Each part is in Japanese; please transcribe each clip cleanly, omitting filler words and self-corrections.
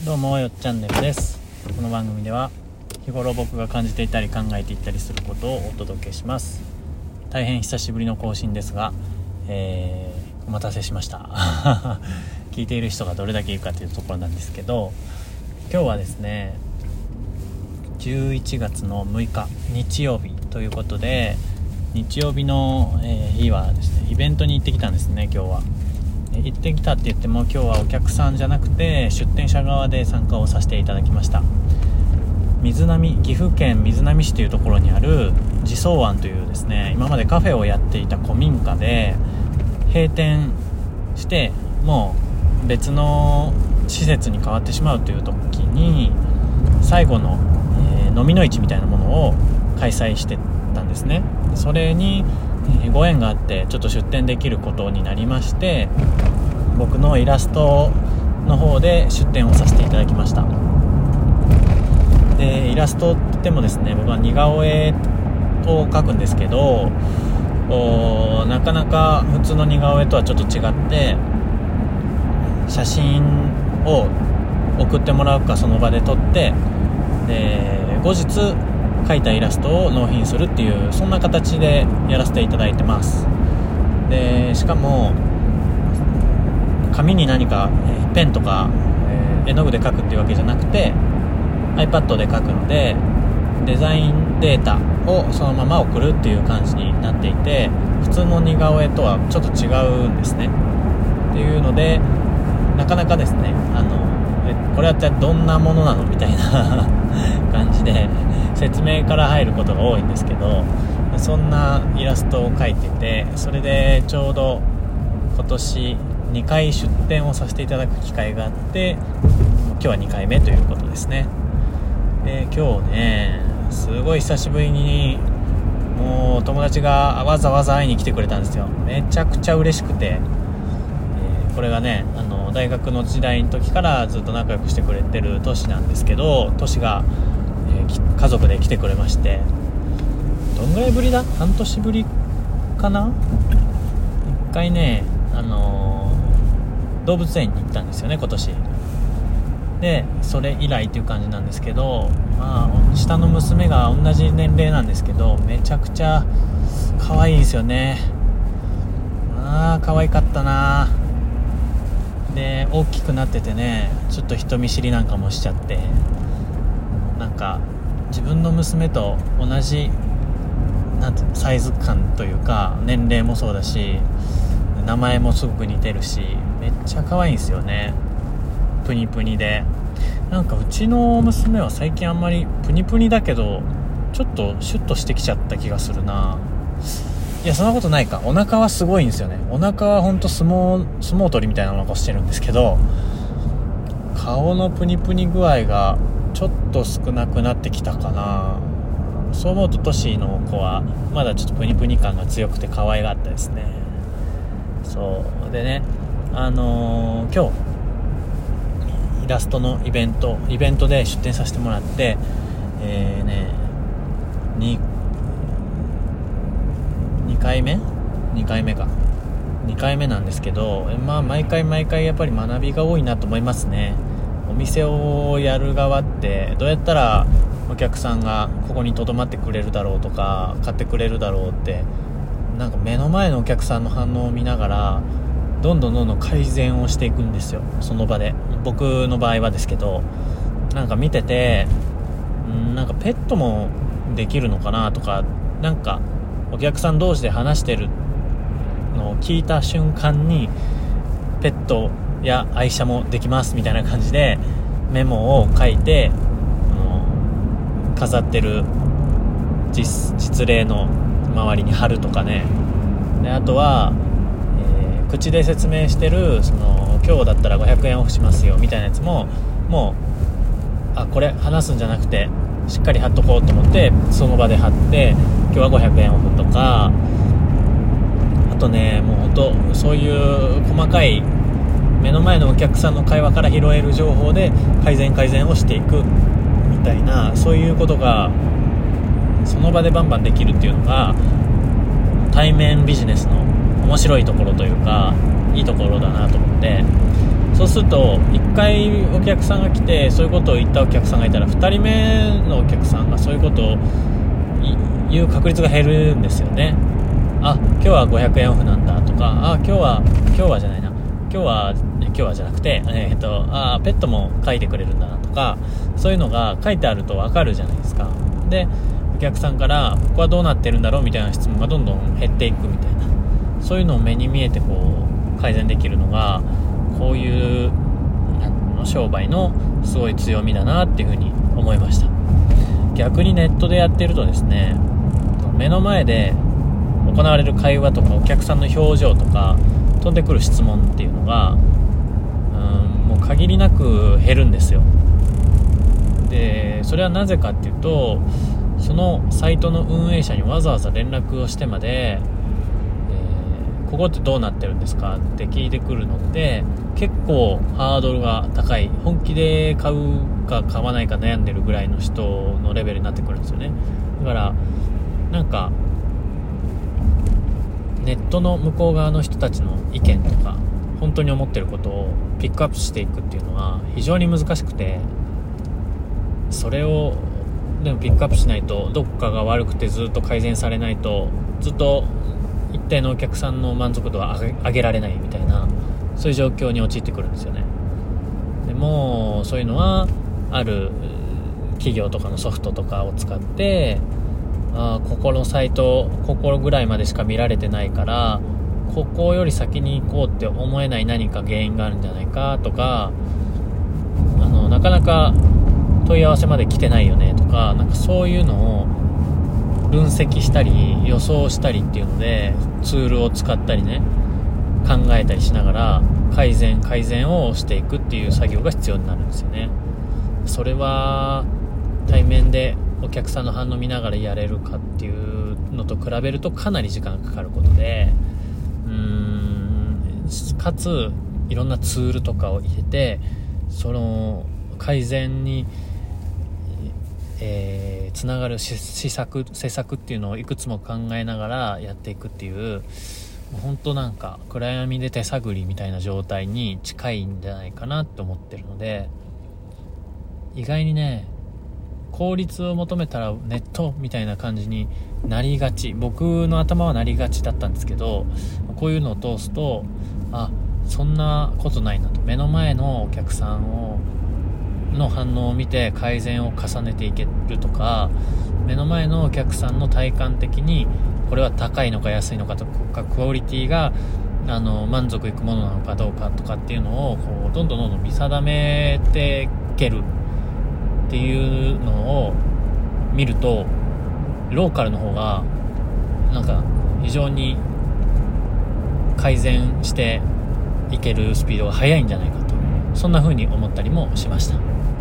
どうもよっチャンネルです。この番組では日頃僕が感じていたり考えていったりすることをお届けします。大変久しぶりの更新ですが、お待たせしました聞いている人がどれだけいるかというところなんですけど、今日はですね11月の6日日曜日ということで、日曜日の、日はですねイベントに行ってきたんですね。今日は行ってきたって言っても、今日はお客さんじゃなくて出店者側で参加をさせていただきました。岐阜県瑞浪市というところにある地草庵というですね、今までカフェをやっていた古民家で閉店してもう別の施設に変わってしまうという時に、最後の、飲みの市みたいなものを開催してたんですね。それにご縁があってちょっと出店できることになりまして、僕のイラストの方で出展をさせていただきました。でイラストって言ってもですね、僕は似顔絵を描くんですけど、なかなか普通の似顔絵とはちょっと違って、写真を送ってもらうかその場で撮って、で後日描いたイラストを納品するっていう、そんな形でやらせていただいてます。でしかも紙に何かペンとか絵の具で描くっていうわけじゃなくて iPad で描くので、デザインデータをそのまま送るっていう感じになっていて、普通の似顔絵とはちょっと違うんですね。っていうので、なかなかですね、これはじゃあどんなものなのみたいな感じで説明から入ることが多いんですけど、そんなイラストを描いてて、それでちょうど今年2回出展をさせていただく機会があって、今日は2回目ということですね。で今日ね、すごい久しぶりにもう友達がわざわざ会いに来てくれたんですよ。めちゃくちゃ嬉しくて、これがね、大学の時代の時からずっと仲良くしてくれてるトシなんですけど、トシが、家族で来てくれまして、どんぐらいぶりだ？半年ぶりかな？一回ね、動物園に行ったんですよね、今年で。それ以来っていう感じなんですけど、下の娘が同じ年齢なんですけど、めちゃくちゃ可愛いですよね。可愛かったな。で大きくなっててね、ちょっと人見知りなんかもしちゃって、なんか自分の娘と同じなんてサイズ感というか、年齢もそうだし名前もすごく似てるし、めっちゃ可愛いんですよね。プニプニで、なんかうちの娘は最近あんまりプニプニだけどちょっとシュッとしてきちゃった気がするな。いやそんなことないか。お腹はすごいんですよね。お腹はほんと相撲取りみたいなお腹してるんですけど、顔のプニプニ具合がちょっと少なくなってきたかな。そう思うとトシの子はまだちょっとプニプニ感が強くて可愛かったですね。そうでね、今日イラストのイベントで出展させてもらって、2回目なんですけど、毎回やっぱり学びが多いなと思いますね。お店をやる側ってどうやったらお客さんがここに留まってくれるだろうとか買ってくれるだろうって、なんか目の前のお客さんの反応を見ながらどんどん改善をしていくんですよ、その場で。僕の場合はですけど、なんか見てて、なんかペットもできるのかなとか、なんかお客さん同士で話してるのを聞いた瞬間に、ペットや愛車もできますみたいな感じでメモを書いて飾ってる実例の周りに貼るとかね。であとは、口で説明してる今日だったら500円オフしますよみたいなやつも、もうこれ話すんじゃなくてしっかり貼っとこうと思ってその場で貼って、今日は500円オフとか、あとね、もうほんとそういう細かい目の前のお客さんの会話から拾える情報で改善をしていくみたいな、そういうことがその場でバンバンできるっていうのが対面ビジネスの面白いところというか、いいところだなと思って、 そうすると1回お客さんが来てそういうことを言ったお客さんがいたら2人目のお客さんがそういうことを言う確率が減るんですよね。あ、今日は500円オフなんだとか、今日はじゃないな、今日はじゃなくて、ペットも書いてくれるんだなとか、そういうのが書いてあると分かるじゃないですか。でお客さんからここはどうなってるんだろうみたいな質問がどんどん減っていくみたいな、そういうのを目に見えて改善できるのがこういう商売のすごい強みだなっていうふうに思いました。逆にネットでやってるとですね、目の前で行われる会話とかお客さんの表情とか飛んでくる質問っていうのがもう限りなく減るんですよ。でそれはなぜかっていうと、そのサイトの運営者にわざわざ連絡をしてまで、ここってどうなってるんですかって聞いてくるのって結構ハードルが高い、本気で買うか買わないか悩んでるぐらいの人のレベルになってくるんですよね。だからなんかネットの向こう側の人たちの意見とか本当に思ってることをピックアップしていくっていうのは非常に難しくて、それをでもピックアップしないと、どっかが悪くてずっと改善されないとずっと一定のお客さんの満足度は上げられないみたいな、そういう状況に陥ってくるんですよね。でもそういうのはある企業とかのソフトとかを使って、ここのサイトここぐらいまでしか見られてないからここより先に行こうって思えない何か原因があるんじゃないかとか、なかなか問い合わせまで来てないよねとか、なんかそういうのを分析したり予想したりっていうのでツールを使ったりね、考えたりしながら改善をしていくっていう作業が必要になるんですよね。それは対面でお客さんの反応見ながらやれるかっていうのと比べるとかなり時間がかかることで、かついろんなツールとかを入れてその改善につながる施策っていうのをいくつも考えながらやっていくっていう、本当なんか暗闇で手探りみたいな状態に近いんじゃないかなって思ってるので、意外にね効率を求めたらネットみたいな感じになりがち、僕の頭はなりがちだったんですけど、こういうのを通すとそんなことないなと、目の前のお客さんの反応を見て改善を重ねていけるとか、目の前のお客さんの体感的にこれは高いのか安いのかとか、クオリティが満足いくものなのかどうかとかっていうのをどんどん見定めていけるっていうのを見ると、ローカルの方がなんか非常に改善していけるスピードが速いんじゃないかと、そんな風に思ったりもしました。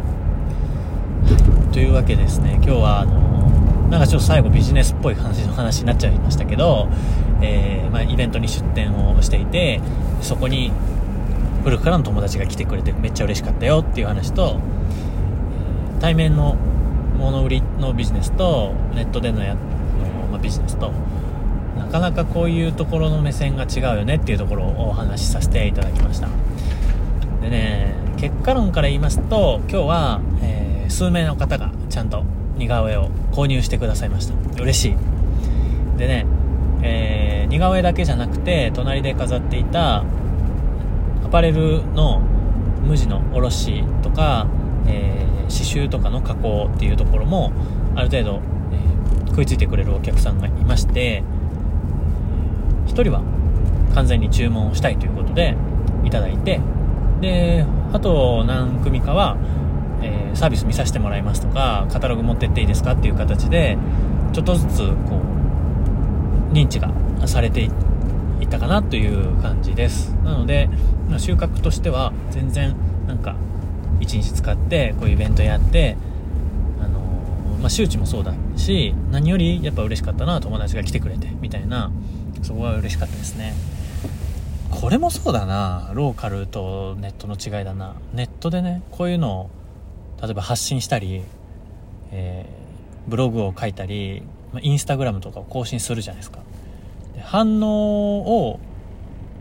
というわけですね、今日はなんかちょっと最後ビジネスっぽい感じの話になっちゃいましたけど、イベントに出店をしていて、そこに古くからの友達が来てくれてめっちゃ嬉しかったよっていう話と、対面の物売りのビジネスとネットでのビジネスとなかなかこういうところの目線が違うよねっていうところをお話しさせていただきました。でね、結果論から言いますと、今日は、数名の方がちゃんと似顔絵を購入してくださいました。嬉しい。でね、似顔絵だけじゃなくて隣で飾っていたアパレルの無地の卸とか、刺繍とかの加工っていうところもある程度、食いついてくれるお客さんがいまして、一人は完全に注文をしたいということでいただいて、であと何組かは、サービス見させてもらいますとか、カタログ持ってっていいですかっていう形でちょっとずつ認知がされていったかなという感じです。なので収穫としては全然なんか1日使ってこういうイベントやって、周知もそうだし、何よりやっぱ嬉しかったな、友達が来てくれてみたいな、そこが嬉しかったですね。これもそうだな、ローカルとネットの違いだな。ネットでねこういうのを例えば発信したり、ブログを書いたり、インスタグラムとかを更新するじゃないですか。で反応を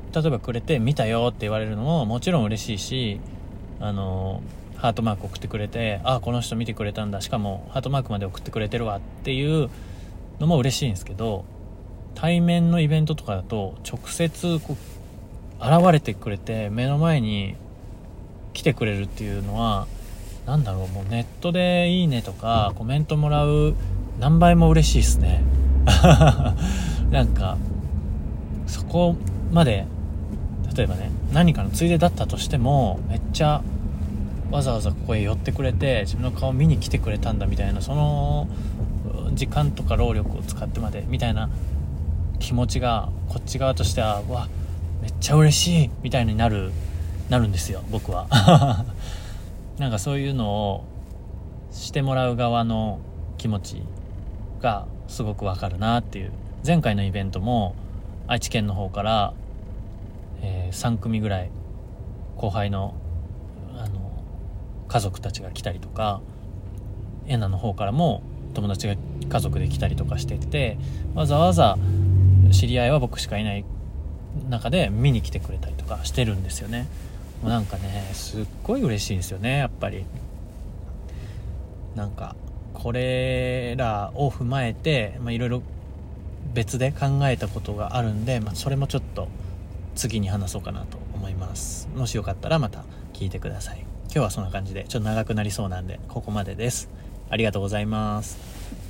例えばくれて見たよって言われるのももちろん嬉しいし、ハートマーク送ってくれて、この人見てくれたんだ、しかもハートマークまで送ってくれてるわっていうのも嬉しいんですけど、対面のイベントとかだと直接こう現れてくれて目の前に来てくれるっていうのは、なんだろう、もうネットでいいねとかコメントもらう何倍も嬉しいですねなんかそこまで、例えばね、何かのついでだったとしてもめっちゃわざわざここへ寄ってくれて自分の顔見に来てくれたんだみたいな、その時間とか労力を使ってまでみたいな気持ちがこっち側としては、わ、めっちゃ嬉しいみたいになるんですよ、僕はなんかそういうのをしてもらう側の気持ちがすごくわかるなっていう。前回のイベントも愛知県の方から、3組ぐらい後輩の家族たちが来たりとか、エナの方からも友達が家族で来たりとかしてて、わざわざ知り合いは僕しかいない中で見に来てくれたりとかしてるんですよね。もうなんかね、すっごい嬉しいですよね、やっぱり。なんかこれらを踏まえていろいろ別で考えたことがあるんで、それもちょっと次に話そうかなと思います。もしよかったらまた聞いてください。今日はそんな感じでちょっと長くなりそうなんでここまでです。ありがとうございます。